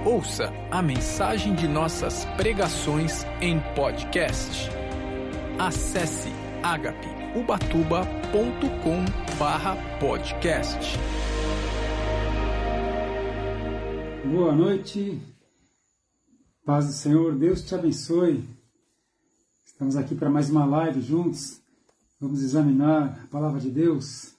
Ouça a mensagem de nossas pregações em podcast. Acesse agapeubatuba.com/podcast. Boa noite, paz do Senhor, Deus te abençoe. Estamos aqui para mais uma live juntos. Vamos examinar a palavra de Deus.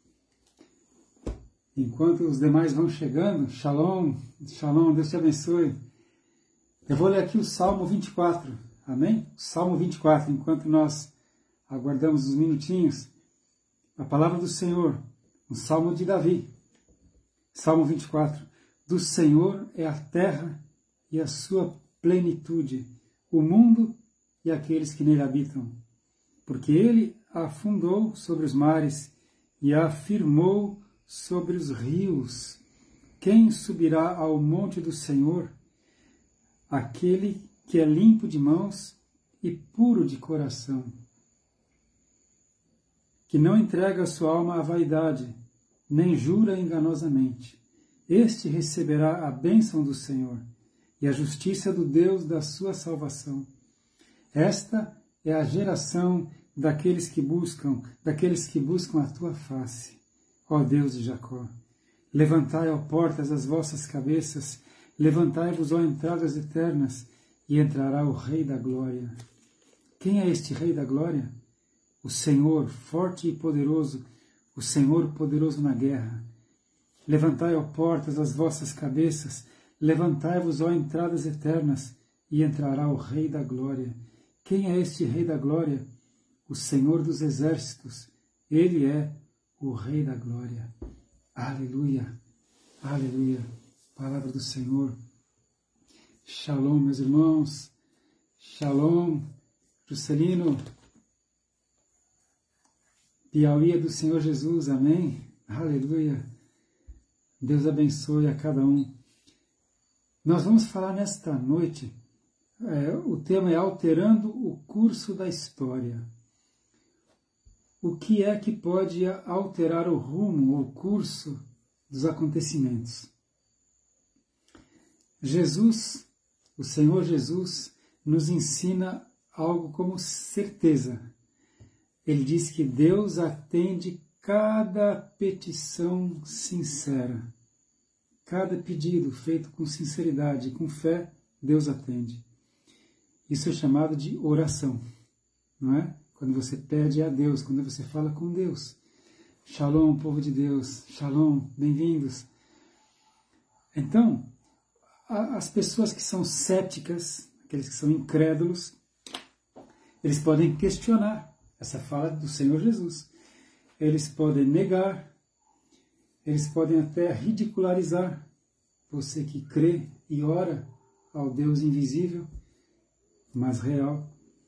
Enquanto os demais vão chegando, Shalom, Shalom, Deus te abençoe. Eu vou ler aqui o Salmo 24, amém? O Salmo 24, enquanto nós aguardamos uns minutinhos. A palavra do Senhor, um Salmo de Davi. Salmo 24. Do Senhor é a terra e a sua plenitude, o mundo e aqueles que nele habitam. Porque ele a afundou sobre os mares e a afirmou sobre os rios. Quem subirá ao monte do Senhor? Aquele que é limpo de mãos e puro de coração, que não entrega a sua alma à vaidade, nem jura enganosamente. Este receberá a bênção do Senhor e a justiça do Deus da sua salvação. Esta é a geração daqueles que buscam a tua face, ó Deus de Jacó. Levantai, ó portas, as vossas cabeças, levantai-vos, ó entradas eternas, e entrará o Rei da Glória. Quem é este Rei da Glória? O Senhor, forte e poderoso, o Senhor poderoso na guerra. Levantai, ó portas, as vossas cabeças, levantai-vos, ó entradas eternas, e entrará o Rei da Glória. Quem é este Rei da Glória? O Senhor dos Exércitos. Ele é o Rei da Glória. Aleluia, aleluia. Palavra do Senhor. Shalom, meus irmãos. Shalom, Juscelino. Piauí é do Senhor Jesus, amém? Aleluia. Deus abençoe a cada um. Nós vamos falar nesta noite, o tema é alterando o curso da história. O que é que pode alterar o rumo ou o curso dos acontecimentos? Jesus, o Senhor Jesus, nos ensina algo como certeza. Ele diz que Deus atende cada petição sincera. Cada pedido feito com sinceridade, com fé, Deus atende. Isso é chamado de oração, não é? Quando você pede a Deus, quando você fala com Deus. Shalom, povo de Deus. Shalom, bem-vindos. Então, as pessoas que são céticas, aqueles que são incrédulos, eles podem questionar essa fala do Senhor Jesus. Eles podem negar, eles podem até ridicularizar você que crê e ora ao Deus invisível, mas real.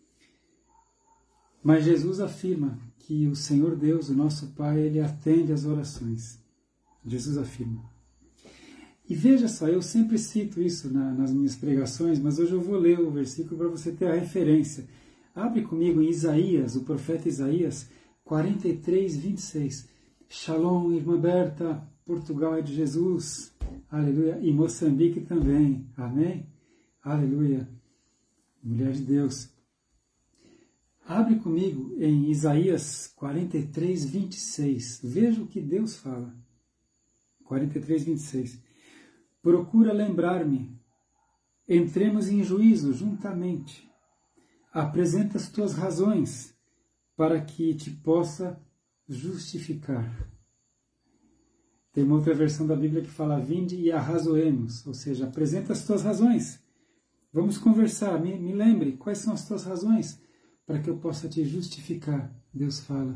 Mas Jesus afirma que o Senhor Deus, o nosso Pai, Ele atende às orações. Jesus afirma. E veja só, eu sempre cito isso nas minhas pregações, mas hoje eu vou ler o versículo para você ter a referência. Abre comigo em Isaías, o profeta Isaías, 43, 26. Shalom, irmã Berta, Portugal é de Jesus. Aleluia. E Moçambique também. Amém? Aleluia. Mulher de Deus. Abre comigo em Isaías 43, 26. Veja o que Deus fala. 43, 26. Procura lembrar-me. Entremos em juízo juntamente. Apresenta as tuas razões para que te possa justificar. Tem uma outra versão da Bíblia que fala: vinde e arrazoemos. Ou seja, apresenta as tuas razões. Vamos conversar. Me lembre quais são as tuas razões para que eu possa te justificar. Deus fala.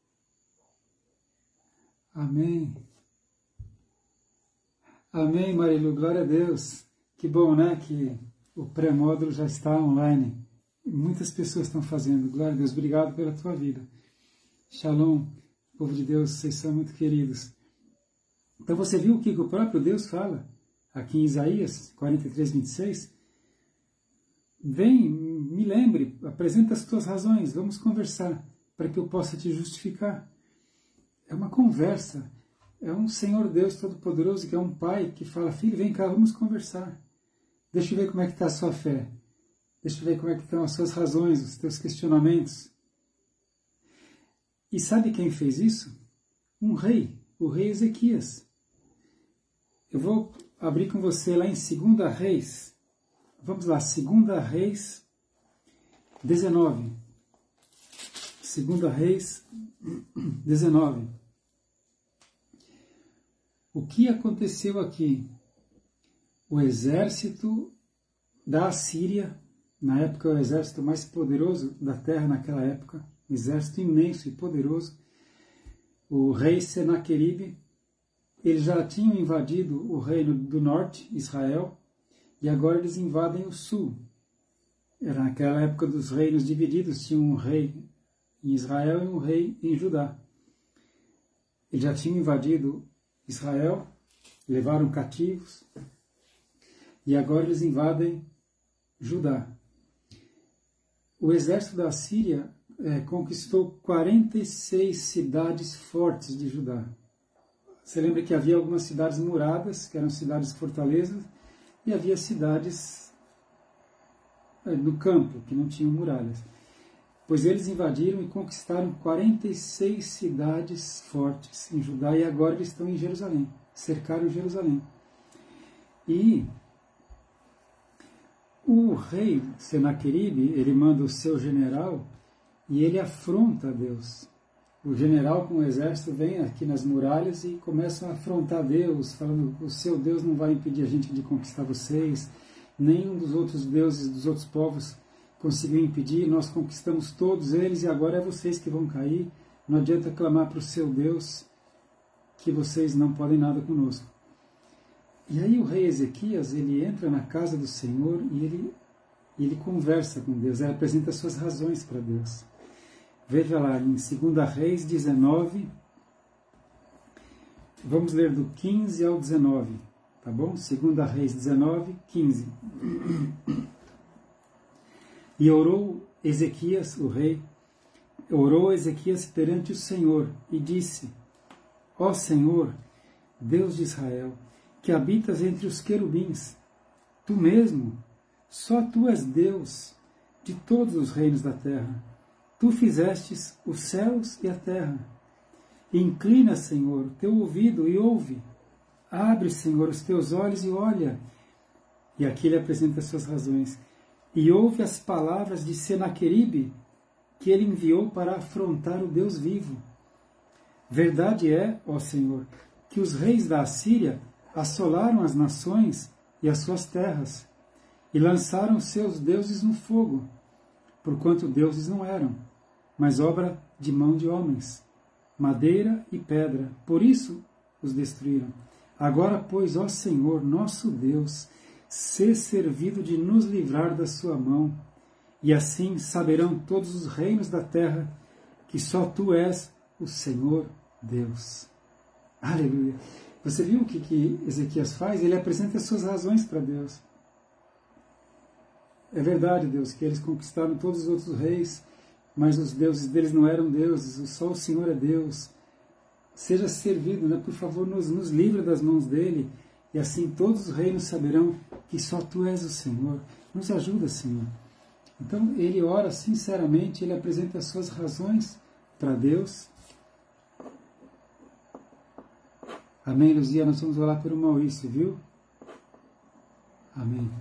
Amém. Amém, Marilu. Glória a Deus. Que bom, né? Que o pré-módulo já está online. Muitas pessoas estão fazendo. Glória a Deus. Obrigado pela tua vida. Shalom, povo de Deus. Vocês são muito queridos. Então você viu o que o próprio Deus fala aqui em Isaías 43, 26? Vem, me lembre, apresenta as tuas razões, vamos conversar, para que eu possa te justificar. É uma conversa, é um Senhor Deus Todo-Poderoso, que é um Pai, que fala: filho, vem cá, vamos conversar. Deixa eu ver como é que está a sua fé. Deixa eu ver como é que estão as suas razões, os teus questionamentos. E sabe quem fez isso? Um rei, o rei Ezequias. Eu vou abrir com você lá em 2 Reis. Vamos lá, 2 Reis 19. 2 Reis 19. O que aconteceu aqui? O exército da Assíria, na época o exército mais poderoso da terra naquela época, um exército imenso e poderoso, o rei Senaqueribe, eles já tinham invadido o reino do norte, Israel, e agora eles invadem o sul. Era naquela época dos reinos divididos, tinha um rei em Israel e um rei em Judá. Eles já tinham invadido Israel, levaram cativos, e agora eles invadem Judá. O exército da Síria conquistou 46 cidades fortes de Judá. Você lembra que havia algumas cidades muradas, que eram cidades fortalezas, e havia cidades no campo, que não tinham muralhas. Pois eles invadiram e conquistaram 46 cidades fortes em Judá, e agora eles estão em Jerusalém, cercaram Jerusalém. E o rei Senaqueribe, ele manda o seu general e ele afronta Deus. O general com o exército vem aqui nas muralhas e começam a afrontar Deus, falando: o seu Deus não vai impedir a gente de conquistar vocês, nenhum dos outros deuses dos outros povos conseguiu impedir, nós conquistamos todos eles e agora é vocês que vão cair, não adianta clamar para o seu Deus que vocês não podem nada conosco. E aí o rei Ezequias, ele entra na casa do Senhor e ele conversa com Deus, ele apresenta suas razões para Deus. Veja lá, em 2 Reis 19, vamos ler do 15 ao 19, tá bom? 2 Reis 19, 15. E orou Ezequias, o rei, orou Ezequias perante o Senhor e disse: ó Senhor, Deus de Israel, que habitas entre os querubins, tu mesmo, só tu és Deus de todos os reinos da terra. Tu fizestes os céus e a terra. Inclina, Senhor, o teu ouvido e ouve. Abre, Senhor, os teus olhos e olha. E aqui ele apresenta as suas razões. E ouve as palavras de Senaqueribe, que ele enviou para afrontar o Deus vivo. Verdade é, ó Senhor, que os reis da Assíria assolaram as nações e as suas terras, e lançaram seus deuses no fogo, porquanto deuses não eram, mas obra de mão de homens, madeira e pedra, por isso os destruíram. Agora, pois, ó Senhor, nosso Deus, sê servido de nos livrar da sua mão, e assim saberão todos os reinos da terra que só tu és o Senhor Deus. Aleluia! Você viu o que Ezequias faz? Ele apresenta as suas razões para Deus. É verdade, Deus, que eles conquistaram todos os outros reis, mas os deuses deles não eram deuses, só o Senhor é Deus. Seja servido, né? Por favor, nos livra das mãos dele, e assim todos os reinos saberão que só tu és o Senhor. Nos ajuda, Senhor. Então ele ora sinceramente, ele apresenta as suas razões para Deus. Amém, Luzia? Nós vamos orar pelo Maurício, viu? Amém.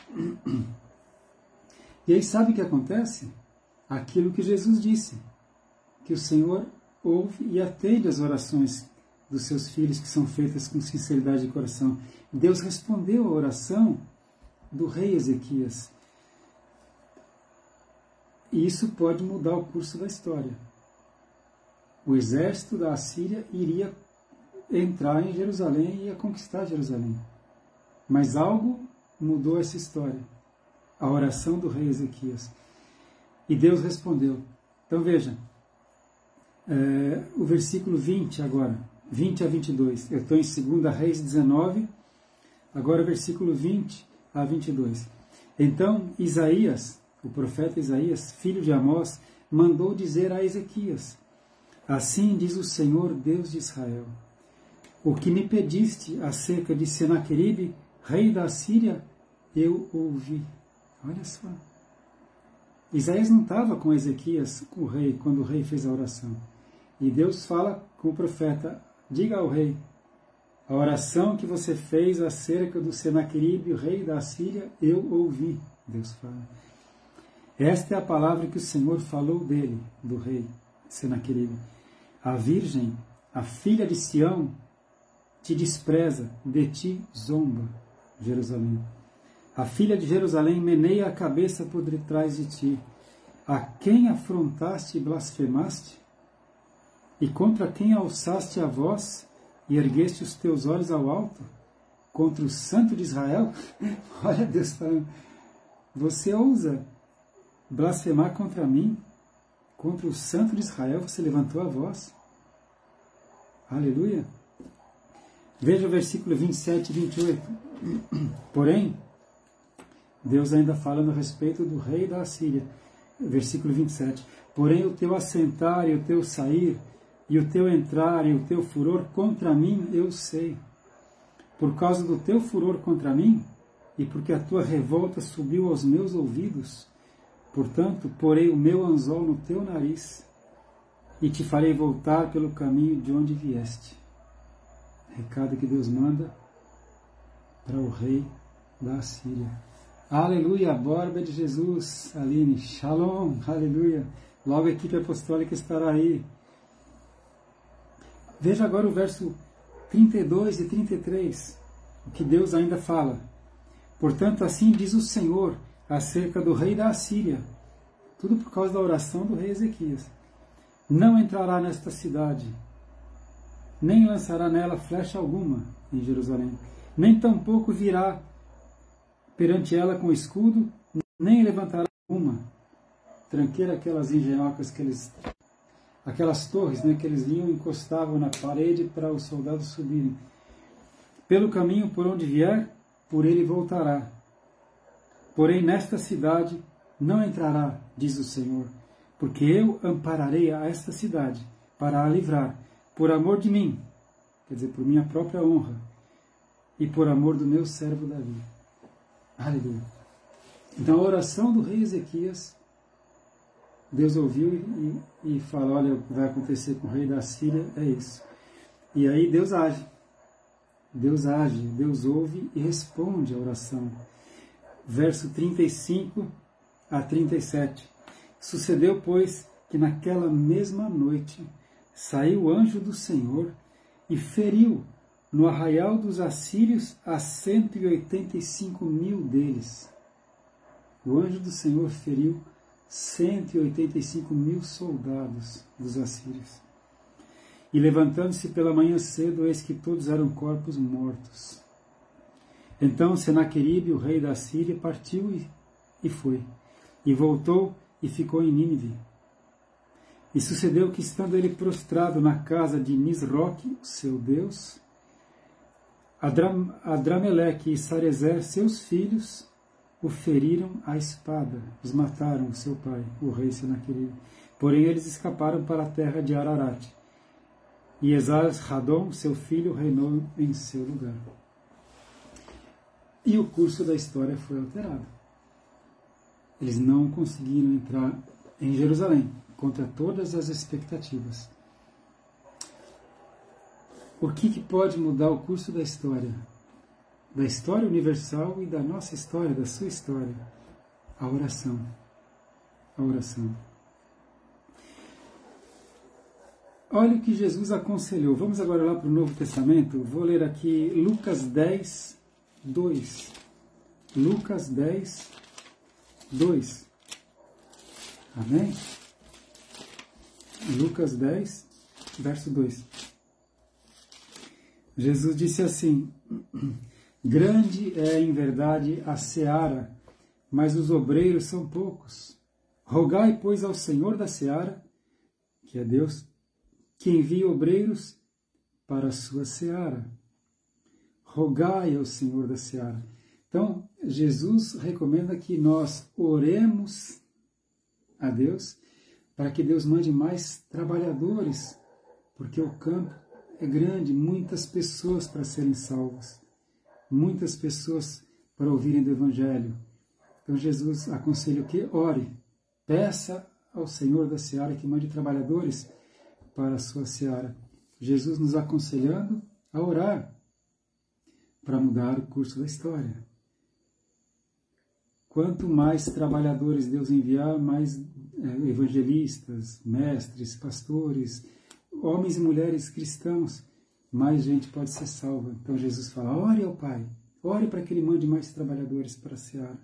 E aí sabe o que acontece? Aquilo que Jesus disse, que o Senhor ouve e atende as orações dos seus filhos que são feitas com sinceridade de coração. Deus respondeu a oração do rei Ezequias. E isso pode mudar o curso da história. O exército da Assíria iria entrar em Jerusalém e ia conquistar Jerusalém. Mas algo mudou essa história. A oração do rei Ezequias. E Deus respondeu. Então veja, o versículo 20 agora, 20 a 22. Eu estou em 2 Reis 19, agora versículo 20 a 22. Então Isaías, o profeta Isaías, filho de Amós, mandou dizer a Ezequias: assim diz o Senhor Deus de Israel, o que me pediste acerca de Senaqueribe, rei da Assíria, eu ouvi. Olha só. Isaías não estava com Ezequias, com o rei, quando o rei fez a oração. E Deus fala com o profeta, diga ao rei, a oração que você fez acerca do Senaqueribe, o rei da Assíria, eu ouvi. Deus fala. Esta é a palavra que o Senhor falou dele, do rei Senaqueribe. A virgem, a filha de Sião, te despreza, de ti zomba, Jerusalém. A filha de Jerusalém meneia a cabeça por detrás de ti. A quem afrontaste e blasfemaste? E contra quem alçaste a voz e ergueste os teus olhos ao alto? Contra o Santo de Israel? Olha Deus falando, você ousa blasfemar contra mim? Contra o Santo de Israel você levantou a voz? Aleluia! Veja o versículo 27 e 28. Porém, Deus ainda fala no respeito do rei da Assíria. Versículo 27. Porém, o teu assentar e o teu sair, e o teu entrar e o teu furor contra mim, eu sei. Por causa do teu furor contra mim, e porque a tua revolta subiu aos meus ouvidos, portanto, porei o meu anzol no teu nariz, e te farei voltar pelo caminho de onde vieste. Recado que Deus manda para o rei da Assíria. Aleluia, borba de Jesus, Aline, shalom, aleluia. Logo a equipe apostólica estará aí. Veja agora o verso 32 e 33, o que Deus ainda fala. Portanto, assim diz o Senhor acerca do rei da Assíria, tudo por causa da oração do rei Ezequias. Não entrará nesta cidade, nem lançará nela flecha alguma em Jerusalém, nem tampouco virá perante ela com escudo, nem levantará alguma tranqueira, aquelas engenhocas aquelas torres, que eles vinham e encostavam na parede para os soldados subirem. Pelo caminho por onde vier, por ele voltará. Porém, nesta cidade não entrará, diz o Senhor, porque eu ampararei a esta cidade para a livrar, por amor de mim, quer dizer, por minha própria honra, e por amor do meu servo Davi. Aleluia. Então a oração do rei Ezequias, Deus ouviu e falou, olha, o que vai acontecer com o rei da Síria é isso. E aí Deus age, Deus ouve e responde a oração. Verso 35 a 37. Sucedeu, pois, que naquela mesma noite saiu o anjo do Senhor e feriu no arraial dos assírios a 185.000 deles. O anjo do Senhor feriu 185.000 soldados dos assírios. E levantando-se pela manhã cedo, eis que todos eram corpos mortos. Então Senaqueribe, o rei da Síria, partiu e foi, e voltou e ficou em Nínive. E sucedeu que, estando ele prostrado na casa de Nisroque, seu Deus, Adrameleque e Sarezer, seus filhos, o feriram à espada, os mataram, seu pai, o rei Senaqueribe. Porém eles escaparam para a terra de Ararat. E Esar-Hadon, seu filho, reinou em seu lugar. E o curso da história foi alterado. Eles não conseguiram entrar em Jerusalém, contra todas as expectativas. O que pode mudar o curso da história? Da história universal e da nossa história, da sua história? A oração. A oração. Olha o que Jesus aconselhou. Vamos agora lá para o Novo Testamento. Vou ler aqui Lucas 10, 2. Lucas 10, 2. Amém? Lucas 10, verso 2. Jesus disse assim: grande é em verdade a seara, mas os obreiros são poucos. Rogai, pois, ao Senhor da seara, que é Deus, que envie obreiros para a sua seara. Rogai ao Senhor da seara. Então, Jesus recomenda que nós oremos a Deus para que Deus mande mais trabalhadores, porque o campo é grande, muitas pessoas para serem salvas, muitas pessoas para ouvirem do Evangelho. Então Jesus aconselha o quê? Ore, peça ao Senhor da seara que mande trabalhadores para a sua seara. Jesus nos aconselhando a orar para mudar o curso da história. Quanto mais trabalhadores Deus enviar, mais evangelistas, mestres, pastores, homens e mulheres cristãos, mais gente pode ser salva. Então Jesus fala, ore ao Pai, ore para que Ele mande mais trabalhadores para a seara.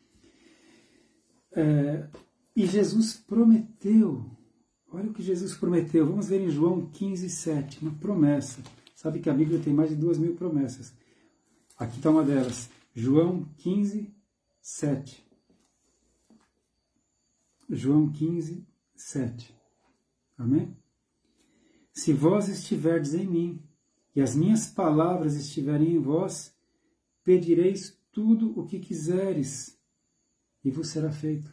E Jesus prometeu, olha o que Jesus prometeu, vamos ver em João 15:7, uma promessa. Sabe que a Bíblia tem mais de 2.000 promessas. Aqui está uma delas, João 15:7. João 15:7. Amém? Se vós estiverdes em mim, e as minhas palavras estiverem em vós, pedireis tudo o que quiseres, e vos será feito.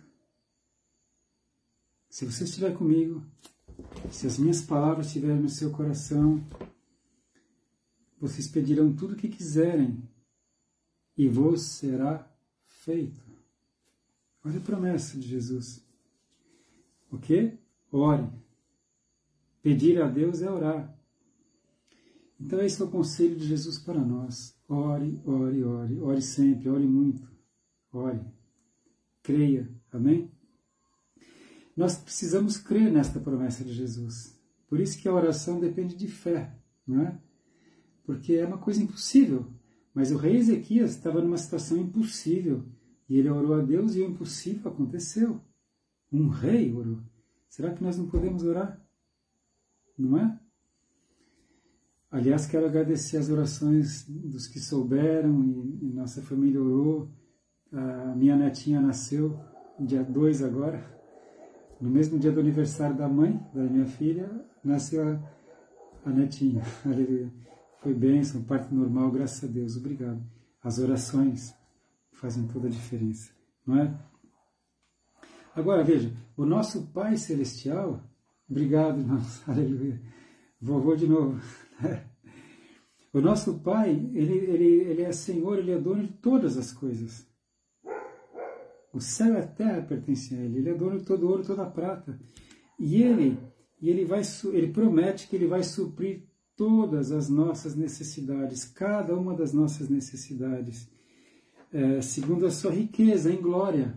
Se você estiver comigo, se as minhas palavras estiverem no seu coração, vocês pedirão tudo o que quiserem, e vos será feito. Olha a promessa de Jesus. O quê? Ore. Pedir a Deus é orar. Então esse é o conselho de Jesus para nós. Ore, ore, ore. Ore sempre, ore muito. Ore. Creia. Amém? Nós precisamos crer nesta promessa de Jesus. Por isso que a oração depende de fé, não é? Porque é uma coisa impossível. Mas o rei Ezequias estava numa situação impossível. E ele orou a Deus e o impossível aconteceu. Um rei orou. Será que nós não podemos orar? Não é? Aliás, quero agradecer as orações dos que souberam e nossa família orou. A minha netinha nasceu dia 2 agora. No mesmo dia do aniversário da mãe, da minha filha, nasceu a netinha. Aleluia. Foi bênção, parto normal, graças a Deus. Obrigado. As orações fazem toda a diferença, não é? Agora, veja, o nosso Pai Celestial, obrigado, irmãos, aleluia, vovô de novo. O nosso Pai, ele é Senhor, Ele é dono de todas as coisas. O céu e a terra pertencem a Ele é dono de todo ouro, toda a prata. E Ele promete que Ele vai suprir todas as nossas necessidades, cada uma das nossas necessidades, segundo a sua riqueza em glória,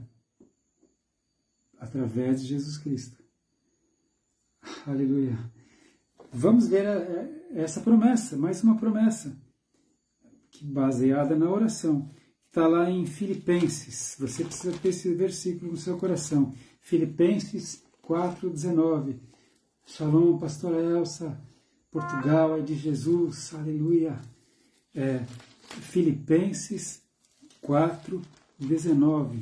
através de Jesus Cristo. Aleluia. Vamos ver essa promessa, mais uma promessa, baseada na oração. Está lá em Filipenses. Você precisa ter esse versículo no seu coração. Filipenses 4:19. Shalom, pastora Elsa. Portugal é de Jesus. Aleluia. Filipenses 4:19.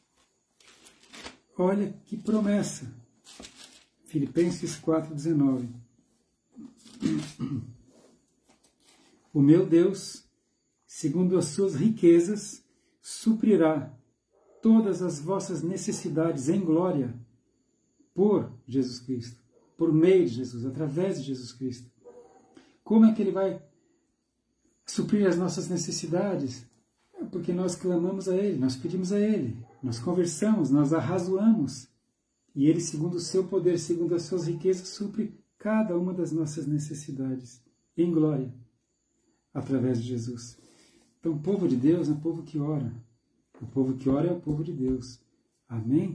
Olha que promessa. Filipenses 4:19. O meu Deus, segundo as suas riquezas, suprirá todas as vossas necessidades em glória por Jesus Cristo, por meio de Jesus, através de Jesus Cristo. Como é que Ele vai suprir as nossas necessidades? Porque nós clamamos a Ele, nós pedimos a Ele, nós conversamos, nós arrazoamos. E Ele, segundo o seu poder, segundo as suas riquezas, supre cada uma das nossas necessidades em glória, através de Jesus. Então, o povo de Deus é o povo que ora. O povo que ora é o povo de Deus. Amém?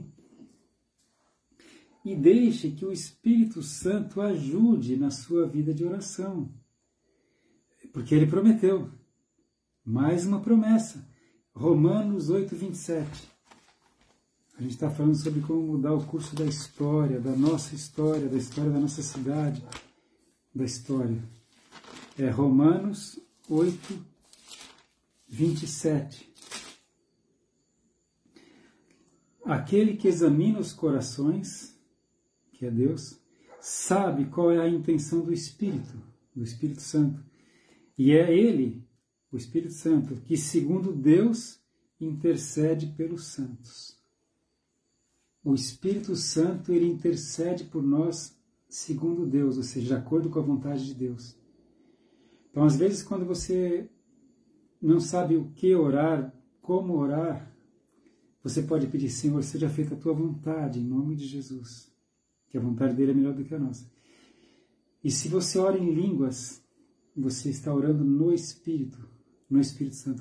E deixe que o Espírito Santo ajude na sua vida de oração. Porque Ele prometeu. Mais uma promessa. Romanos 8:27. A gente está falando sobre como mudar o curso da história, da nossa história, da história da nossa cidade, da história. Romanos 8:27. Aquele que examina os corações, que é Deus, sabe qual é a intenção do Espírito Santo. E é Ele, o Espírito Santo, que segundo Deus intercede pelos santos. O Espírito Santo, ele intercede por nós segundo Deus, ou seja, de acordo com a vontade de Deus. Então, às vezes, quando você não sabe o que orar, como orar, você pode pedir: Senhor, seja feita a tua vontade, em nome de Jesus, que a vontade dele é melhor do que a nossa. E se você ora em línguas, você está orando no Espírito Santo.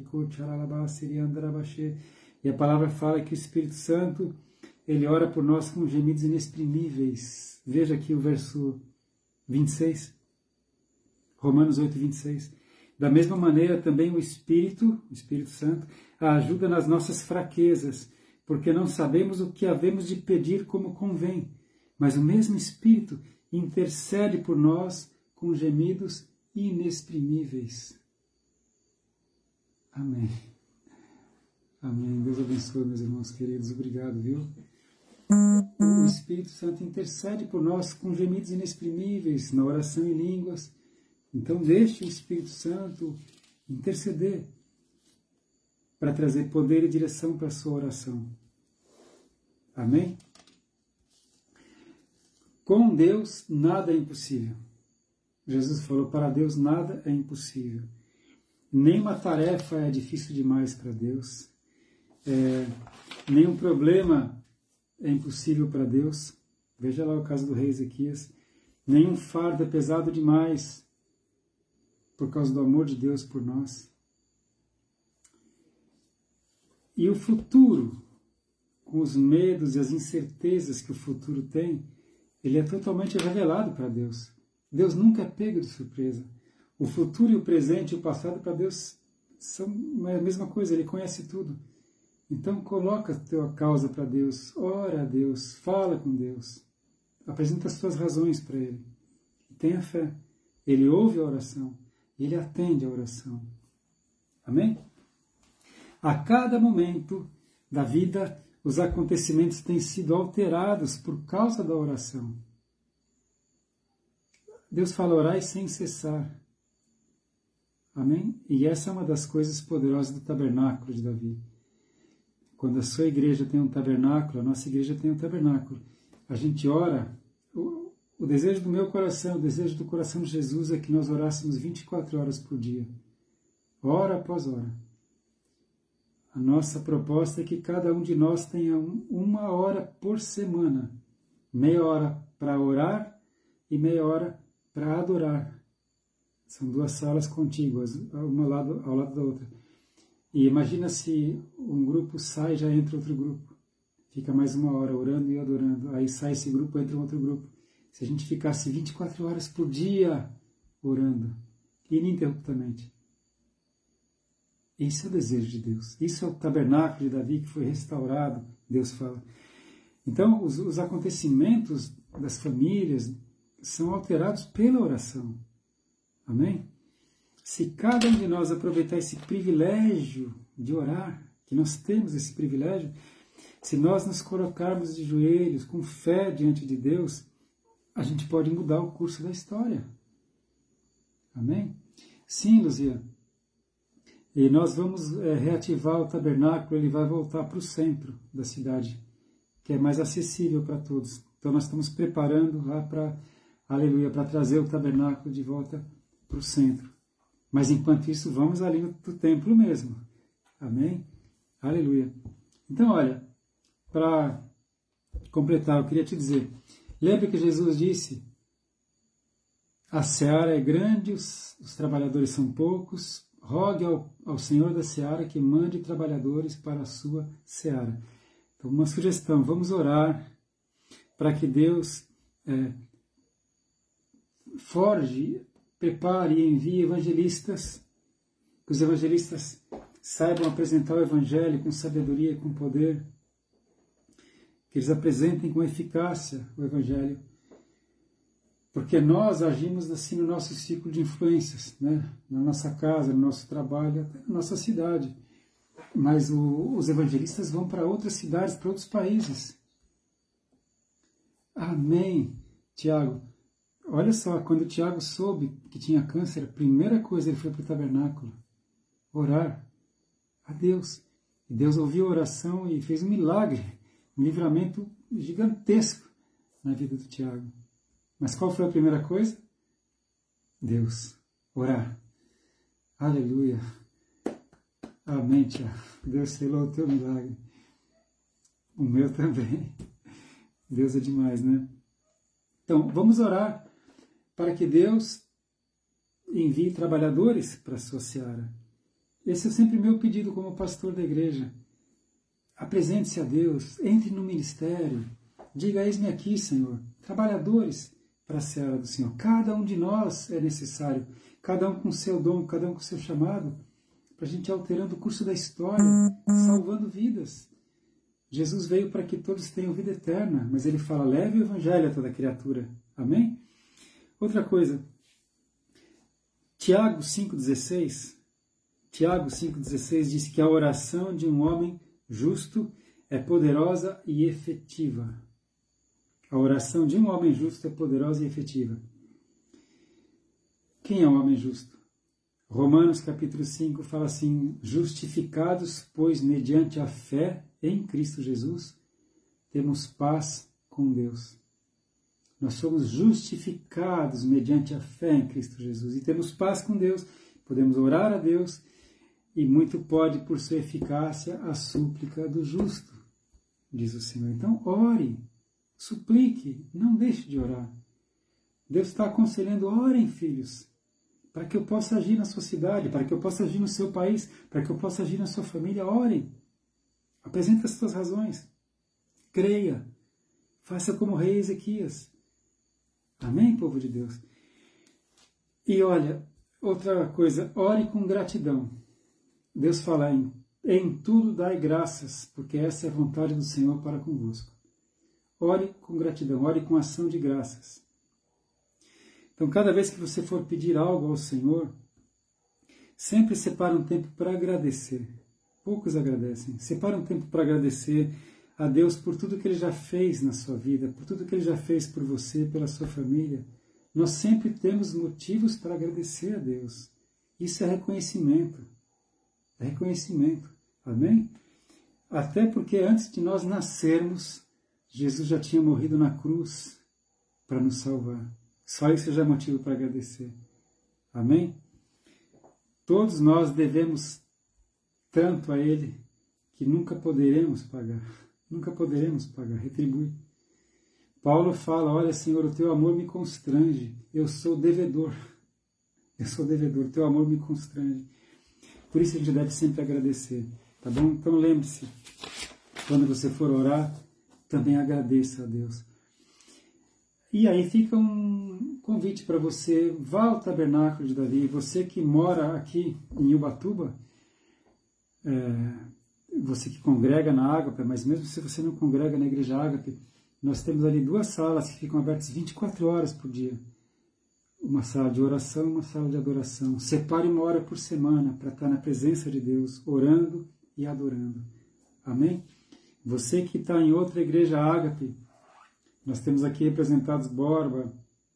E a palavra fala que o Espírito Santo, ele ora por nós com gemidos inexprimíveis. Veja aqui o verso 26, Romanos 8, 26. Da mesma maneira, também o Espírito Santo, ajuda nas nossas fraquezas, porque não sabemos o que havemos de pedir como convém, mas o mesmo Espírito intercede por nós com gemidos inexprimíveis. Amém. Amém. Deus abençoe, meus irmãos queridos. Obrigado, viu? O Espírito Santo intercede por nós com gemidos inexprimíveis na oração em línguas. Então deixe o Espírito Santo interceder para trazer poder e direção para a sua oração. Amém? Com Deus nada é impossível. Jesus falou: para Deus nada é impossível. Nenhuma tarefa é difícil demais para Deus. Nenhum problema é impossível para Deus. Veja lá o caso do rei Ezequias. Nenhum fardo é pesado demais por causa do amor de Deus por nós. E o futuro, com os medos e as incertezas que o futuro tem, ele é totalmente revelado para Deus. Deus nunca é pego de surpresa. O futuro e o presente e o passado para Deus são a mesma coisa, Ele conhece tudo. Então coloca a tua causa para Deus, ora a Deus, fala com Deus, apresenta as tuas razões para Ele. Tenha fé. Ele ouve a oração, Ele atende a oração. Amém? A cada momento da vida, os acontecimentos têm sido alterados por causa da oração. Deus fala: orai sem cessar. Amém? E essa é uma das coisas poderosas do tabernáculo de Davi. Quando a sua igreja tem um tabernáculo, a nossa igreja tem um tabernáculo, a gente ora. O desejo do meu coração, o desejo do coração de Jesus é que nós orássemos 24 horas por dia, hora após hora. A nossa proposta é que cada um de nós tenha uma hora por semana, meia hora para orar e meia hora para adorar. São duas salas contíguas, uma ao lado da outra. E imagina se um grupo sai e já entra outro grupo. Fica mais uma hora orando e adorando. Aí sai esse grupo, entra outro grupo. Se a gente ficasse 24 horas por dia orando, ininterruptamente. Isso é o desejo de Deus. Isso é o tabernáculo de Davi que foi restaurado, Deus fala. Então, os acontecimentos das famílias são alterados pela oração. Amém? Se cada um de nós aproveitar esse privilégio de orar, que nós temos esse privilégio, se nós nos colocarmos de joelhos, com fé diante de Deus, a gente pode mudar o curso da história. Amém? Sim, Luzia. E nós vamos reativar o tabernáculo, ele vai voltar para o centro da cidade, que é mais acessível para todos. Então nós estamos preparando lá para, aleluia, para trazer o tabernáculo de volta para o centro. Mas enquanto isso, vamos ali no templo mesmo. Amém? Aleluia. Então, olha, para completar, eu queria te dizer, lembra que Jesus disse: a seara é grande, os trabalhadores são poucos, rogue ao Senhor da seara que mande trabalhadores para a sua seara. Então, uma sugestão, vamos orar para que Deus forge, prepare e envie evangelistas, que os evangelistas saibam apresentar o Evangelho com sabedoria e com poder, que eles apresentem com eficácia o Evangelho, porque nós agimos assim no nosso ciclo de influências, né? Na nossa casa, no nosso trabalho, até na nossa cidade, mas os evangelistas vão para outras cidades, para outros países. Amém, Tiago. Olha só, quando o Tiago soube que tinha câncer, a primeira coisa, ele foi para o tabernáculo, orar a Deus. E Deus ouviu a oração e fez um milagre, um livramento gigantesco na vida do Tiago. Mas qual foi a primeira coisa? Deus, orar. Aleluia. Amém, Tiago. Deus selou o teu milagre. O meu também. Deus é demais, né? Então, vamos orar para que Deus envie trabalhadores para a sua seara. Esse é sempre meu pedido como pastor da igreja. Apresente-se a Deus, entre no ministério, diga, eis-me aqui, Senhor, trabalhadores para a seara do Senhor. Cada um de nós é necessário, cada um com seu dom, cada um com seu chamado, para a gente ir alterando o curso da história, salvando vidas. Jesus veio para que todos tenham vida eterna, mas ele fala, leve o evangelho a toda criatura. Amém? Outra coisa, Tiago 5,16 diz que a oração de um homem justo é poderosa e efetiva. A oração de um homem justo é poderosa e efetiva. Quem é um homem justo? Romanos capítulo 5 fala assim, justificados, pois mediante a fé em Cristo Jesus, temos paz com Deus. Nós somos justificados mediante a fé em Cristo Jesus e temos paz com Deus. Podemos orar a Deus e muito pode, por sua eficácia, a súplica do justo, diz o Senhor. Então, ore, suplique, não deixe de orar. Deus está aconselhando, orem, filhos, para que eu possa agir na sua cidade, para que eu possa agir no seu país, para que eu possa agir na sua família. Orem, apresente as suas razões, creia, faça como o rei Ezequias. Amém, povo de Deus? E olha, outra coisa, ore com gratidão. Deus fala, em tudo dai graças, porque essa é a vontade do Senhor para convosco. Ore com gratidão, ore com ação de graças. Então, cada vez que você for pedir algo ao Senhor, sempre separe um tempo para agradecer. Poucos agradecem. Separe um tempo para agradecer a Deus por tudo que Ele já fez na sua vida, por tudo que Ele já fez por você, pela sua família. Nós sempre temos motivos para agradecer a Deus. Isso é reconhecimento. É reconhecimento. Amém? Até porque antes de nós nascermos, Jesus já tinha morrido na cruz para nos salvar. Só isso já é motivo para agradecer. Amém? Todos nós devemos tanto a Ele que nunca poderemos pagar. Nunca poderemos pagar. Retribui. Paulo fala, olha, Senhor, o teu amor me constrange. Eu sou devedor. Eu sou devedor. O teu amor me constrange. Por isso a gente deve sempre agradecer. Tá bom? Então lembre-se, quando você for orar, também agradeça a Deus. E aí fica um convite para você, vá ao Tabernáculo de Davi. Você que mora aqui em Ubatuba, você que congrega na Ágape, mas mesmo se você não congrega na Igreja Ágape, nós temos ali 2 salas que ficam abertas 24 horas por dia. Uma sala de oração e uma sala de adoração. Separe 1 hora por semana para estar na presença de Deus, orando e adorando. Amém? Você que está em outra Igreja Ágape, nós temos aqui representados Borba,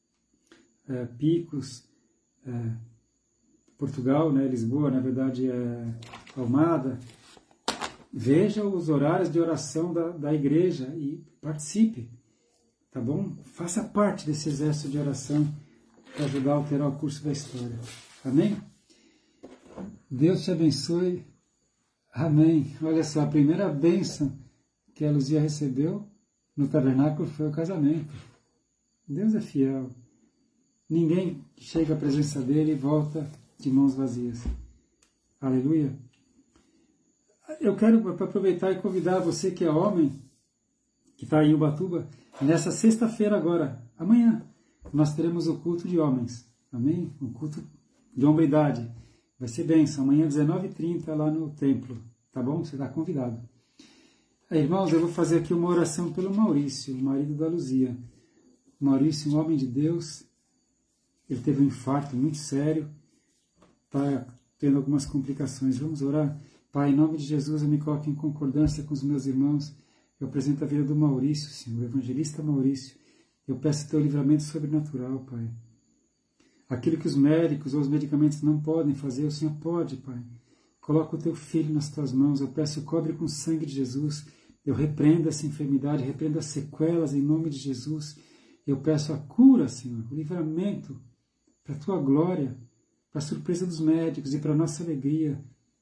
Picos, Portugal, né, Lisboa, na verdade é Almada. Veja os horários de oração da igreja e participe, tá bom? Faça parte desse exército de oração para ajudar a alterar o curso da história. Amém? Deus te abençoe. Amém. Olha só, a primeira bênção que a Luzia recebeu no tabernáculo foi o casamento. Deus é fiel. Ninguém chega à presença dele e volta de mãos vazias. Aleluia. Eu quero aproveitar e convidar você que é homem, que está em Ubatuba, nessa sexta-feira agora, amanhã, nós teremos o culto de homens. Amém? Um culto de hombridade. Vai ser bênção. Amanhã, 19h30, lá no templo. Tá bom? Você está convidado. Irmãos, eu vou fazer aqui uma oração pelo Maurício, o marido da Luzia. Maurício, um homem de Deus, ele teve um infarto muito sério, está tendo algumas complicações. Vamos orar? Pai, em nome de Jesus, eu me coloco em concordância com os meus irmãos. Eu apresento a vida do Maurício, Senhor, o evangelista Maurício. Eu peço teu livramento sobrenatural, Pai. Aquilo que os médicos ou os medicamentos não podem fazer, o Senhor pode, Pai. Coloca o teu filho nas tuas mãos. Eu peço, cobre com o sangue de Jesus. Eu repreendo essa enfermidade, repreendo as sequelas em nome de Jesus. Eu peço a cura, Senhor, o livramento para a tua glória, para a surpresa dos médicos e para a nossa alegria.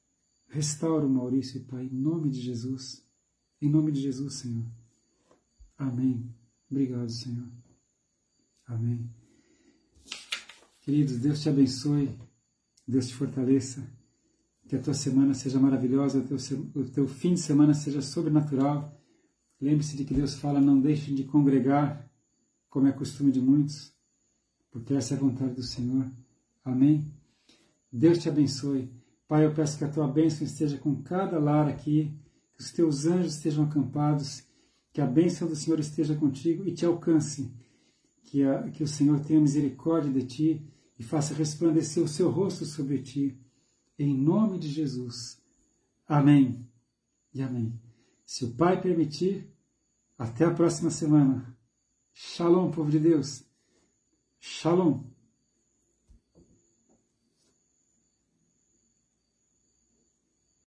Restaura o Maurício, Pai, em nome de Jesus. Em nome de Jesus, Senhor. Amém. Obrigado, Senhor. Amém. Queridos, Deus te abençoe, Deus te fortaleça, que a tua semana seja maravilhosa, o teu fim de semana seja sobrenatural. Lembre-se de que Deus fala, não deixem de congregar, como é costume de muitos, porque essa é a vontade do Senhor. Amém? Deus te abençoe. Pai, eu peço que a tua bênção esteja com cada lar aqui, que os teus anjos estejam acampados, que a bênção do Senhor esteja contigo e te alcance, que o Senhor tenha misericórdia de ti e faça resplandecer o seu rosto sobre ti, em nome de Jesus. Amém e amém. Se o Pai permitir, até a próxima semana. Shalom, povo de Deus. Shalom.